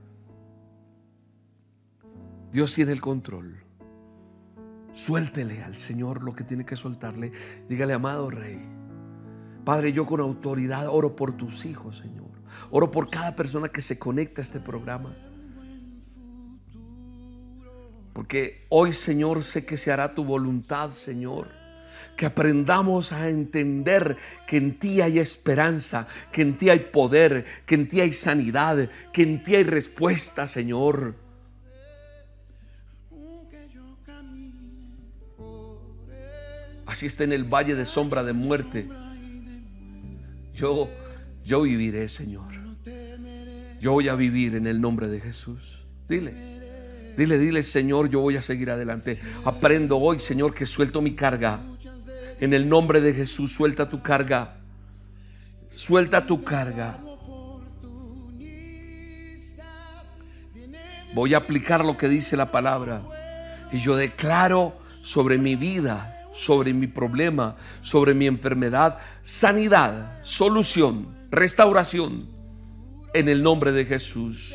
Dios tiene el control. Suéltele al Señor lo que tiene que soltarle. Dígale: amado Rey, Padre, yo con autoridad oro por tus hijos, Señor. Oro por cada persona que se conecta a este programa. Porque hoy, Señor, sé que se hará tu voluntad, Señor. Que aprendamos a entender que en ti hay esperanza, que en ti hay poder, que en ti hay sanidad, que en ti hay respuesta, Señor. Así está en el valle de sombra de muerte. Yo, yo viviré, Señor. Yo voy a vivir en el nombre de Jesús. Dile, dile, dile: Señor, yo voy a seguir adelante. Aprendo hoy, Señor, que suelto mi carga. En el nombre de Jesús, suelta tu carga. Suelta tu carga. Voy a aplicar lo que dice la palabra. Y yo declaro sobre mi vida, sobre mi problema, sobre mi enfermedad, sanidad, solución, restauración, en el nombre de Jesús.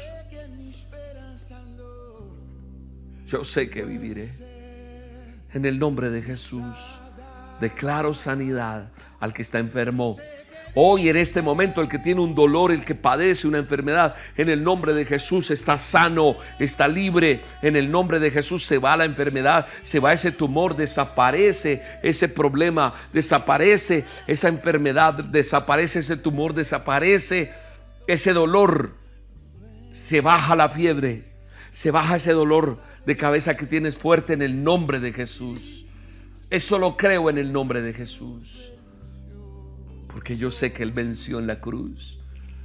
Yo sé que viviré. En el nombre de Jesús declaro sanidad al que está enfermo. Hoy, en este momento, el que tiene un dolor, el que padece una enfermedad, en el nombre de Jesús está sano, está libre. En el nombre de Jesús se va la enfermedad, se va ese tumor, desaparece ese problema, desaparece esa enfermedad, desaparece ese tumor, desaparece ese dolor. Se baja la fiebre, se baja ese dolor de cabeza que tienes fuerte en el nombre de Jesús. Eso lo creo en el nombre de Jesús. Porque yo sé que Él venció en la cruz.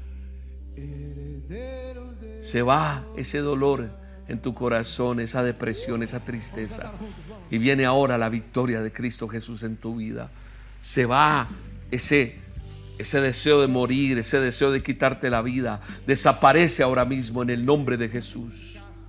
Se va ese dolor en tu corazón, esa depresión, esa tristeza. Y viene ahora la victoria de Cristo Jesús en tu vida. Se va ese, ese deseo de morir, ese deseo de quitarte la vida. Desaparece ahora mismo en el nombre de Jesús.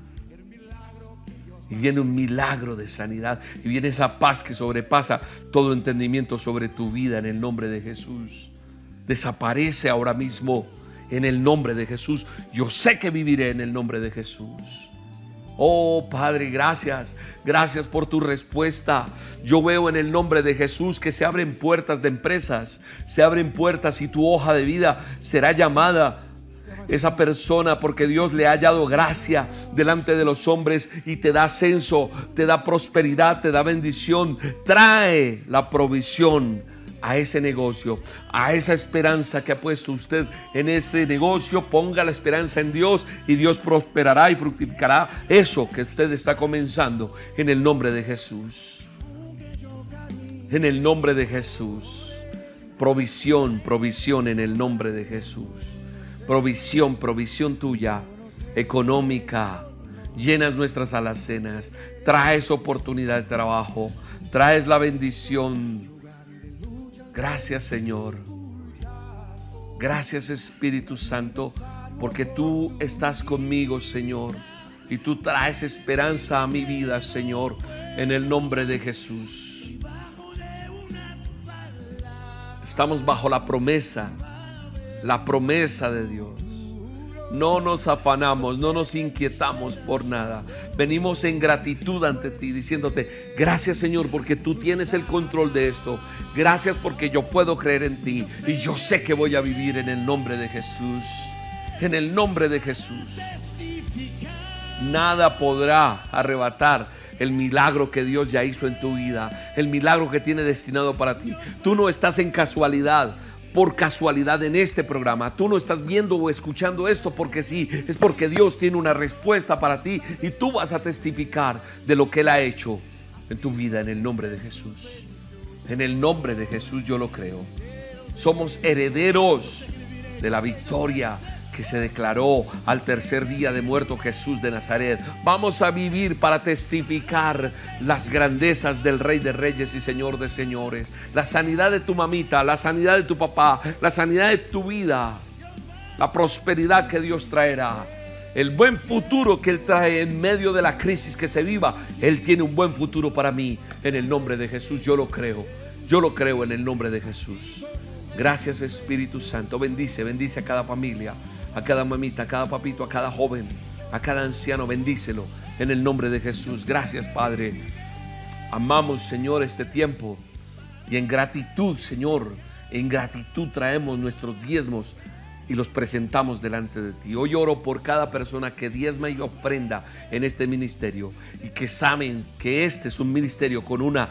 Y viene un milagro de sanidad. Y viene esa paz que sobrepasa todo entendimiento sobre tu vida en el nombre de Jesús. Desaparece ahora mismo en el nombre de Jesús. Yo sé que viviré en el nombre de Jesús. Oh Padre, gracias. Gracias por tu respuesta. Yo veo en el nombre de Jesús que se abren puertas de empresas. Se abren puertas y tu hoja de vida será llamada. Esa persona, porque Dios le ha hallado gracia delante de los hombres y te da ascenso, te da prosperidad, te da bendición, trae la provisión a ese negocio, a esa esperanza que ha puesto usted en ese negocio. Ponga la esperanza en Dios y Dios prosperará y fructificará eso que usted está comenzando en el nombre de Jesús. En el nombre de Jesús. Provisión, provisión en el nombre de Jesús. Provisión, provisión tuya, económica. Llenas nuestras alacenas, traes oportunidad de trabajo, traes la bendición. Gracias, Señor. Gracias, Espíritu Santo, porque tú estás conmigo, Señor, y tú traes esperanza a mi vida, Señor, en el nombre de Jesús. Estamos bajo la promesa. La promesa de Dios. No nos afanamos, no nos inquietamos por nada. Venimos en gratitud ante ti, diciéndote: gracias, Señor, porque tú tienes el control de esto. Gracias porque yo puedo creer en ti y yo sé que voy a vivir en el nombre de Jesús. En el nombre de Jesús. Nada podrá arrebatar el milagro que Dios ya hizo en tu vida, el milagro que tiene destinado para ti. Tú no estás en casualidad, por casualidad en este programa. Tú no estás viendo o escuchando esto porque sí, es porque Dios tiene una respuesta para ti y tú vas a testificar de lo que Él ha hecho en tu vida en el nombre de Jesús. En el nombre de Jesús yo lo creo. Somos herederos de la victoria que se declaró al tercer día de muerto Jesús de Nazaret. Vamos a vivir para testificar las grandezas del Rey de Reyes y Señor de Señores. La sanidad de tu mamita, la sanidad de tu papá, la sanidad de tu vida, la prosperidad que Dios traerá, el buen futuro que Él trae en medio de la crisis que se viva. Él tiene un buen futuro para mí en el nombre de Jesús. Yo lo creo, yo lo creo en el nombre de Jesús. Gracias, Espíritu Santo. Bendice, bendice a cada familia, a cada mamita, a cada papito, a cada joven, a cada anciano. Bendícelo en el nombre de Jesús. Gracias, Padre. Amamos, Señor, este tiempo y en gratitud, Señor, en gratitud traemos nuestros diezmos y los presentamos delante de ti. Hoy oro por cada persona que diezma y ofrenda en este ministerio y que saben que este es un ministerio con una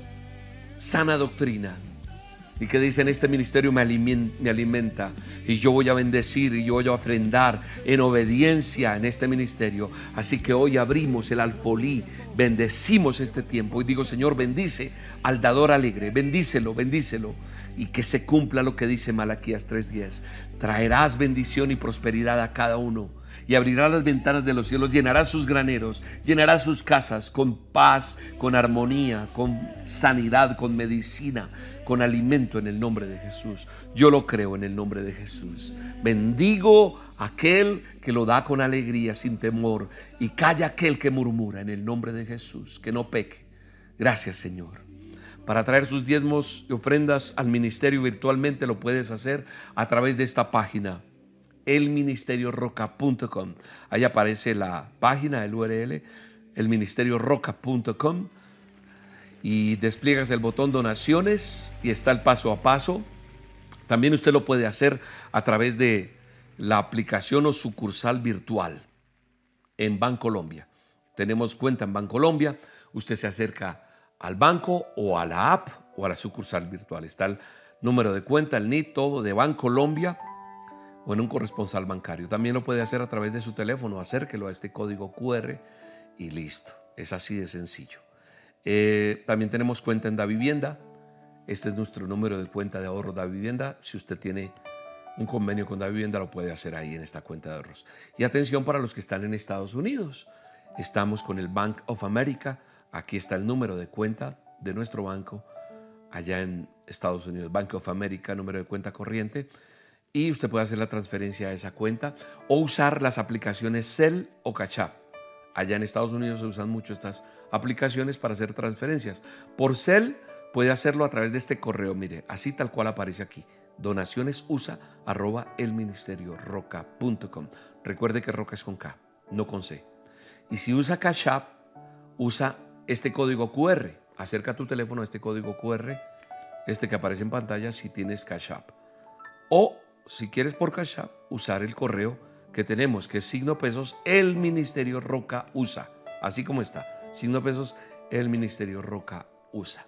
sana doctrina y que dicen: este ministerio me alimenta, me alimenta y yo voy a bendecir y yo voy a ofrendar en obediencia en este ministerio. Así que hoy abrimos el alfolí, bendecimos este tiempo y digo: Señor, bendice al dador alegre, bendícelo, bendícelo, y que se cumpla lo que dice Malaquías tres diez. Traerás bendición y prosperidad a cada uno y abrirás las ventanas de los cielos, llenarás sus graneros, llenarás sus casas con paz, con armonía, con sanidad, con medicina, con alimento en el nombre de Jesús. Yo lo creo en el nombre de Jesús. Bendigo a aquel que lo da con alegría, sin temor, y calla aquel que murmura en el nombre de Jesús, que no peque. Gracias, Señor. Para traer sus diezmos y ofrendas al ministerio virtualmente lo puedes hacer a través de esta página, el ministerio roca punto com. Ahí aparece la página, el U R L, el ministerio roca punto com, y despliegas el botón donaciones y está el paso a paso. También usted lo puede hacer a través de la aplicación o sucursal virtual en Bancolombia. Tenemos cuenta en Bancolombia. Usted se acerca al banco o a la app o a la sucursal virtual. Está el número de cuenta, el N I T, todo de Bancolombia o en un corresponsal bancario. También lo puede hacer a través de su teléfono. Acérquelo a este código Q R y listo. Es así de sencillo. Eh, también tenemos cuenta en DaVivienda. Este es nuestro número de cuenta de ahorro DaVivienda. Si usted tiene un convenio con DaVivienda, lo puede hacer ahí en esta cuenta de ahorros. Y atención para los que están en Estados Unidos. Estamos con el Bank of America. Aquí está el número de cuenta de nuestro banco allá en Estados Unidos. Bank of America, número de cuenta corriente. Y usted puede hacer la transferencia a esa cuenta o usar las aplicaciones Zelle o Cash App. Allá en Estados Unidos se usan mucho estas aplicaciones para hacer transferencias. Por Zelle puede hacerlo a través de este correo, mire, así tal cual aparece aquí: donacionesusa arroba elministerioroca punto com. Recuerde que Roca es con K, no con C. Y si usa Cash App, usa este código Q R. Acerca tu teléfono a este código Q R, este que aparece en pantalla, si tienes Cash App. O si quieres por Cash App, usar el correo que tenemos, que es signo pesos, el Ministerio Roca U S A. Así como está, signo pesos, el Ministerio Roca U S A.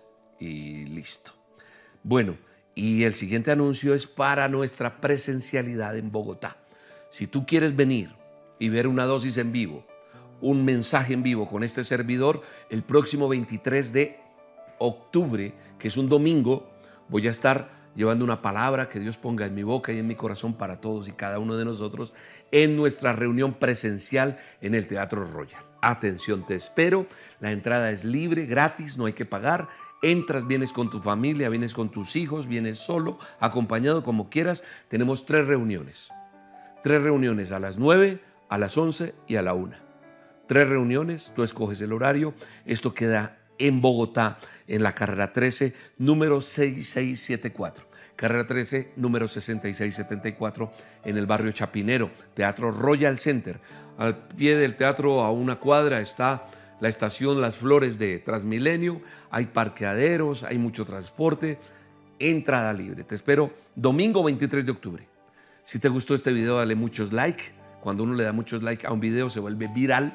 Y listo. Bueno, y el siguiente anuncio es para nuestra presencialidad en Bogotá. Si tú quieres venir y ver una dosis en vivo, un mensaje en vivo con este servidor, el próximo veintitrés de octubre, que es un domingo, voy a estar llevando una palabra que Dios ponga en mi boca y en mi corazón para todos y cada uno de nosotros en nuestra reunión presencial en el Teatro Royal. Atención, te espero. La entrada es libre, gratis, no hay que pagar. Entras, vienes con tu familia, vienes con tus hijos, vienes solo, acompañado, como quieras. Tenemos tres reuniones. Tres reuniones a las nueve, a las once y a la una. Tres reuniones, tú escoges el horario. Esto queda en Bogotá, en la carrera trece, número sesenta y seis setenta y cuatro. Carrera trece, número sesenta y seis setenta y cuatro, en el barrio Chapinero, Teatro Royal Center. Al pie del teatro, a una cuadra, está la estación Las Flores de Transmilenio. Hay parqueaderos, hay mucho transporte, entrada libre. Te espero domingo veintitrés de octubre. Si te gustó este video, dale muchos like. Cuando uno le da muchos like a un video, se vuelve viral.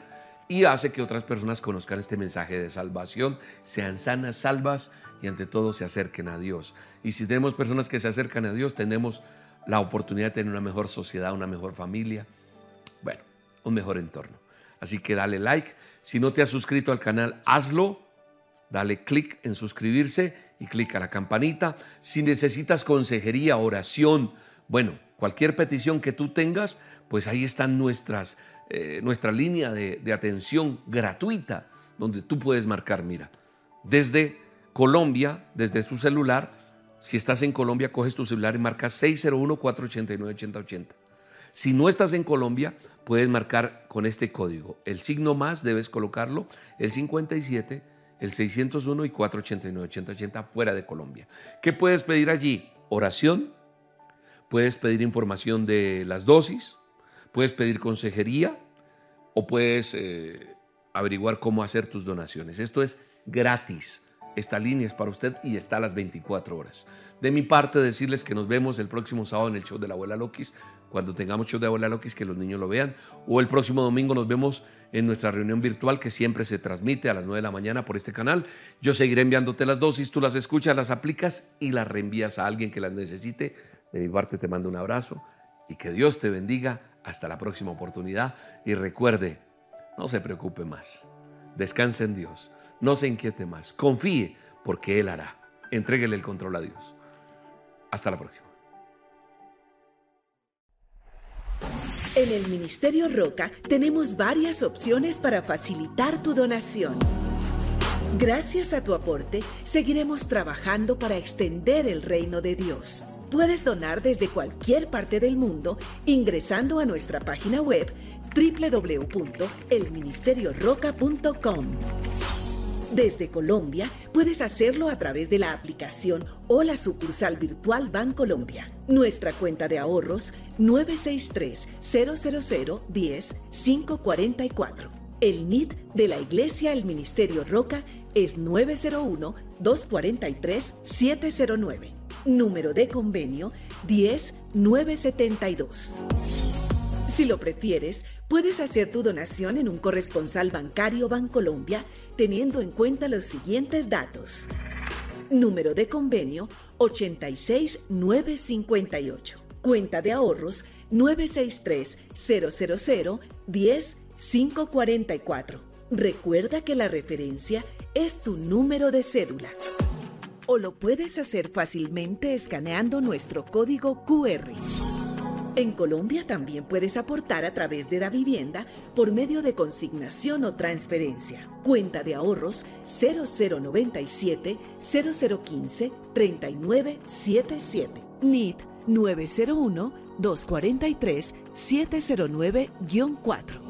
y hace que otras personas conozcan este mensaje de salvación, sean sanas, salvas y ante todo se acerquen a Dios. Y si tenemos personas que se acercan a Dios, tenemos la oportunidad de tener una mejor sociedad, una mejor familia, bueno, un mejor entorno. Así que dale like. Si no te has suscrito al canal, hazlo. Dale clic en suscribirse y clic a la campanita. Si necesitas consejería, oración, bueno, cualquier petición que tú tengas, pues ahí están nuestras, eh, nuestra línea de, de atención gratuita, donde tú puedes marcar, mira, desde Colombia, desde tu celular. Si estás en Colombia, coges tu celular y marcas seis cero uno, cuatro ocho nueve, ocho cero ocho cero. Si no estás en Colombia, puedes marcar con este código. El signo más debes colocarlo, el cincuenta y siete, el seiscientos uno y cuatro ocho nueve, ocho cero ocho cero fuera de Colombia. ¿Qué puedes pedir allí? Oración, puedes pedir información de las dosis, puedes pedir consejería o puedes eh, averiguar cómo hacer tus donaciones. Esto es gratis. Esta línea es para usted y está a las veinticuatro horas. De mi parte, decirles que nos vemos el próximo sábado en el show de la Abuela Lokis, cuando tengamos show de Abuela Lokis, que los niños lo vean, o el próximo domingo nos vemos en nuestra reunión virtual que siempre se transmite a las nueve de la mañana por este canal. Yo seguiré enviándote las dosis, tú las escuchas, las aplicas y las reenvías a alguien que las necesite. De mi parte te mando un abrazo y que Dios te bendiga. Hasta la próxima oportunidad y recuerde, no se preocupe más, descanse en Dios. No se inquiete más, confíe porque Él hará. Entréguele el control a Dios. Hasta la próxima. En el Ministerio Roca tenemos varias opciones para facilitar tu donación. Gracias a tu aporte, seguiremos trabajando para extender el reino de Dios. Puedes donar desde cualquier parte del mundo ingresando a nuestra página web doble u doble u doble u punto el ministerio roca punto com. Desde Colombia, puedes hacerlo a través de la aplicación o la sucursal virtual Bancolombia. Nuestra cuenta de ahorros nueve seis tres, cero cero cero, diez, cinco cuatro cuatro. El N I D de la Iglesia El Ministerio Roca es nueve cero uno, dos cuatro tres, siete cero nueve. Número de convenio diez nueve setenta y dos. Si lo prefieres, puedes hacer tu donación en un corresponsal bancario Bancolombia teniendo en cuenta los siguientes datos. Número de convenio ochenta y seis nueve cincuenta y ocho. Cuenta de ahorros nueve seis tres, cero cero cero, diez, cinco cuatro cuatro. Recuerda que la referencia es tu número de cédula. O lo puedes hacer fácilmente escaneando nuestro código cu erre. En Colombia también puedes aportar a través de Davivienda por medio de consignación o transferencia. Cuenta de ahorros cero cero noventa y siete, cero cero quince, treinta y nueve setenta y siete. N I D nueve cero uno, dos cuatro tres, siete cero nueve cuatro.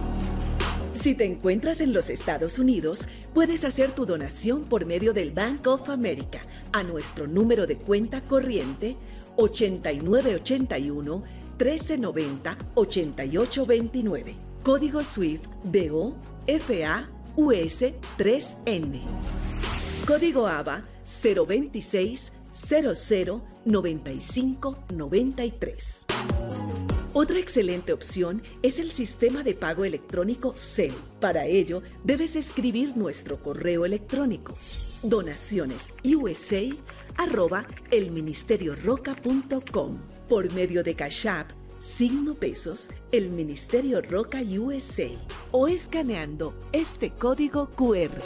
Si te encuentras en los Estados Unidos, puedes hacer tu donación por medio del Bank of America a nuestro número de cuenta corriente ochenta y nueve ochenta y uno, trece noventa, ochenta y ocho veintinueve. Código SWIFT B O F A U S tres N. Código A B A cero veintiséis, cero cero, noventa y cinco, noventa y tres. Otra excelente opción es el sistema de pago electrónico Zelle. Para ello, debes escribir nuestro correo electrónico donacionesusa arroba elministerioroca punto com. Por medio de Cash App, signo pesos, el Ministerio Roca U S A o escaneando este código cu erre.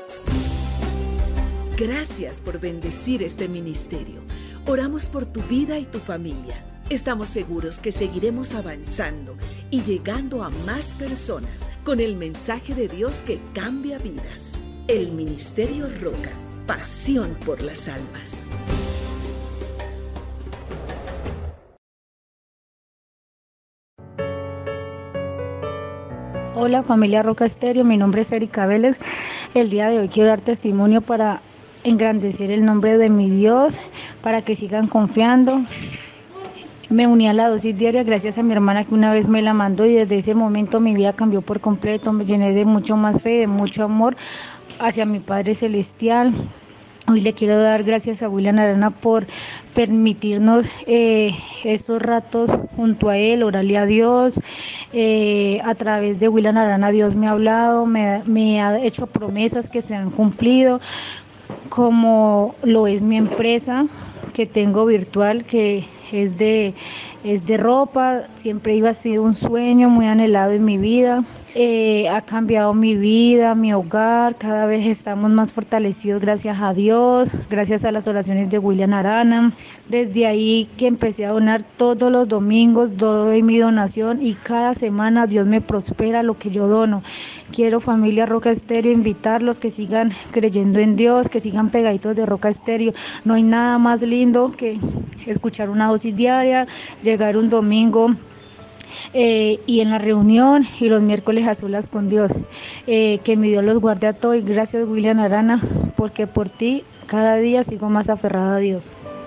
Gracias por bendecir este ministerio. Oramos por tu vida y tu familia. Estamos seguros que seguiremos avanzando y llegando a más personas con el mensaje de Dios que cambia vidas. El Ministerio Roca, pasión por las almas. Hola familia Roca Estéreo, mi nombre es Erika Vélez. El día de hoy quiero dar testimonio para engrandecer el nombre de mi Dios, para que sigan confiando. Me uní a la dosis diaria gracias a mi hermana que una vez me la mandó y desde ese momento mi vida cambió por completo. Me llené de mucho más fe, de mucho amor hacia mi Padre Celestial. Hoy le quiero dar gracias a William Arana por permitirnos eh, estos ratos junto a él, orarle a Dios. Eh, a través de William Arana Dios me ha hablado, me, me ha hecho promesas que se han cumplido, como lo es mi empresa que tengo virtual, que es de, es de ropa. Siempre iba a ser un sueño muy anhelado en mi vida. Eh, ha cambiado mi vida, mi hogar, cada vez estamos más fortalecidos gracias a Dios, gracias a las oraciones de William Arana. Desde ahí que empecé a donar todos los domingos, doy mi donación y cada semana Dios me prospera lo que yo dono. Quiero, familia Roca Estéreo, invitarlos que sigan creyendo en Dios, que sigan pegaditos de Roca Estéreo. No hay nada más lindo que escuchar una dosis diaria, llegar un domingo Eh, y en la reunión y los miércoles a solas con Dios. Eh, que mi Dios los guarde a todos y gracias William Arana, porque por ti cada día sigo más aferrada a Dios.